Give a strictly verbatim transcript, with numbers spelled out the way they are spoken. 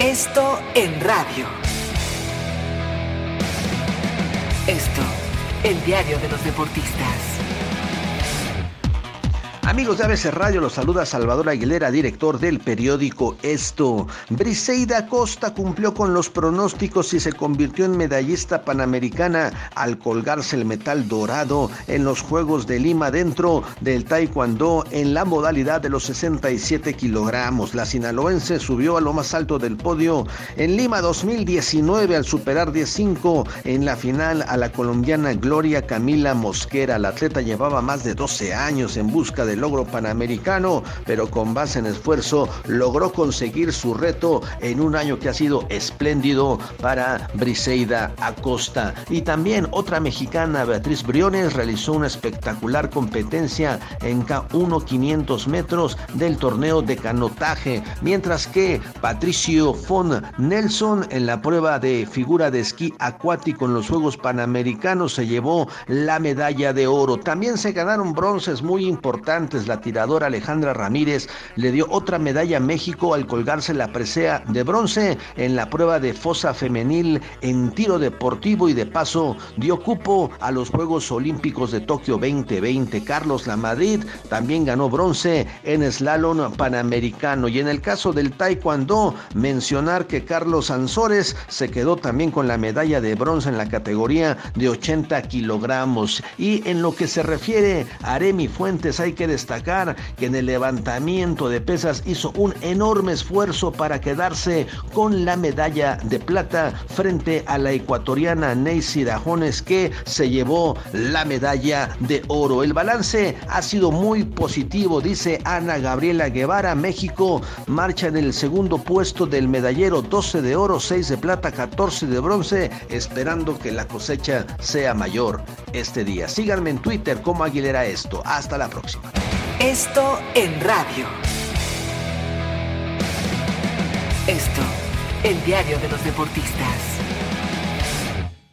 Esto en radio. Esto, el diario de los deportistas. Amigos de A B C Radio, los saluda Salvador Aguilera, director del periódico Esto. Briseida Costa cumplió con los pronósticos y se convirtió en medallista panamericana al colgarse el metal dorado en los Juegos de Lima dentro del taekwondo en la modalidad de los sesenta y siete kilogramos. La sinaloense subió a lo más alto del podio en Lima dos mil diecinueve al superar diez cinco en la final a la colombiana Gloria Camila Mosquera. La atleta llevaba más de doce años en busca de logro panamericano, pero con base en esfuerzo logró conseguir su reto en un año que ha sido espléndido para Briseida Acosta. Y también otra mexicana, Beatriz Briones, realizó una espectacular competencia en K uno quinientos metros del torneo de canotaje, mientras que Patricio Fon Nelson en la prueba de figura de esquí acuático en los Juegos Panamericanos se llevó la medalla de oro. También se ganaron bronces muy importantes. La tiradora Alejandra Ramírez le dio otra medalla a México al colgarse la presea de bronce en la prueba de fosa femenil en tiro deportivo y de paso dio cupo a los Juegos Olímpicos de Tokio veinte veinte. Carlos Lamadrid también ganó bronce en slalom panamericano. Y en el caso del taekwondo, mencionar que Carlos Ansores se quedó también con la medalla de bronce en la categoría de ochenta kilogramos. Y en lo que se refiere a Aremi Fuentes, hay que destacar que en el levantamiento de pesas hizo un enorme esfuerzo para quedarse con la medalla de plata frente a la ecuatoriana Neisy Dajones, que se llevó la medalla de oro. El balance ha sido muy positivo, dice Ana Gabriela Guevara. México marcha en el segundo puesto del medallero, doce de oro, seis de plata, catorce de bronce, esperando que la cosecha sea mayor este día. Síganme en Twitter como Aguilera Esto. Hasta la próxima. Esto en radio. Esto, el diario de los deportistas.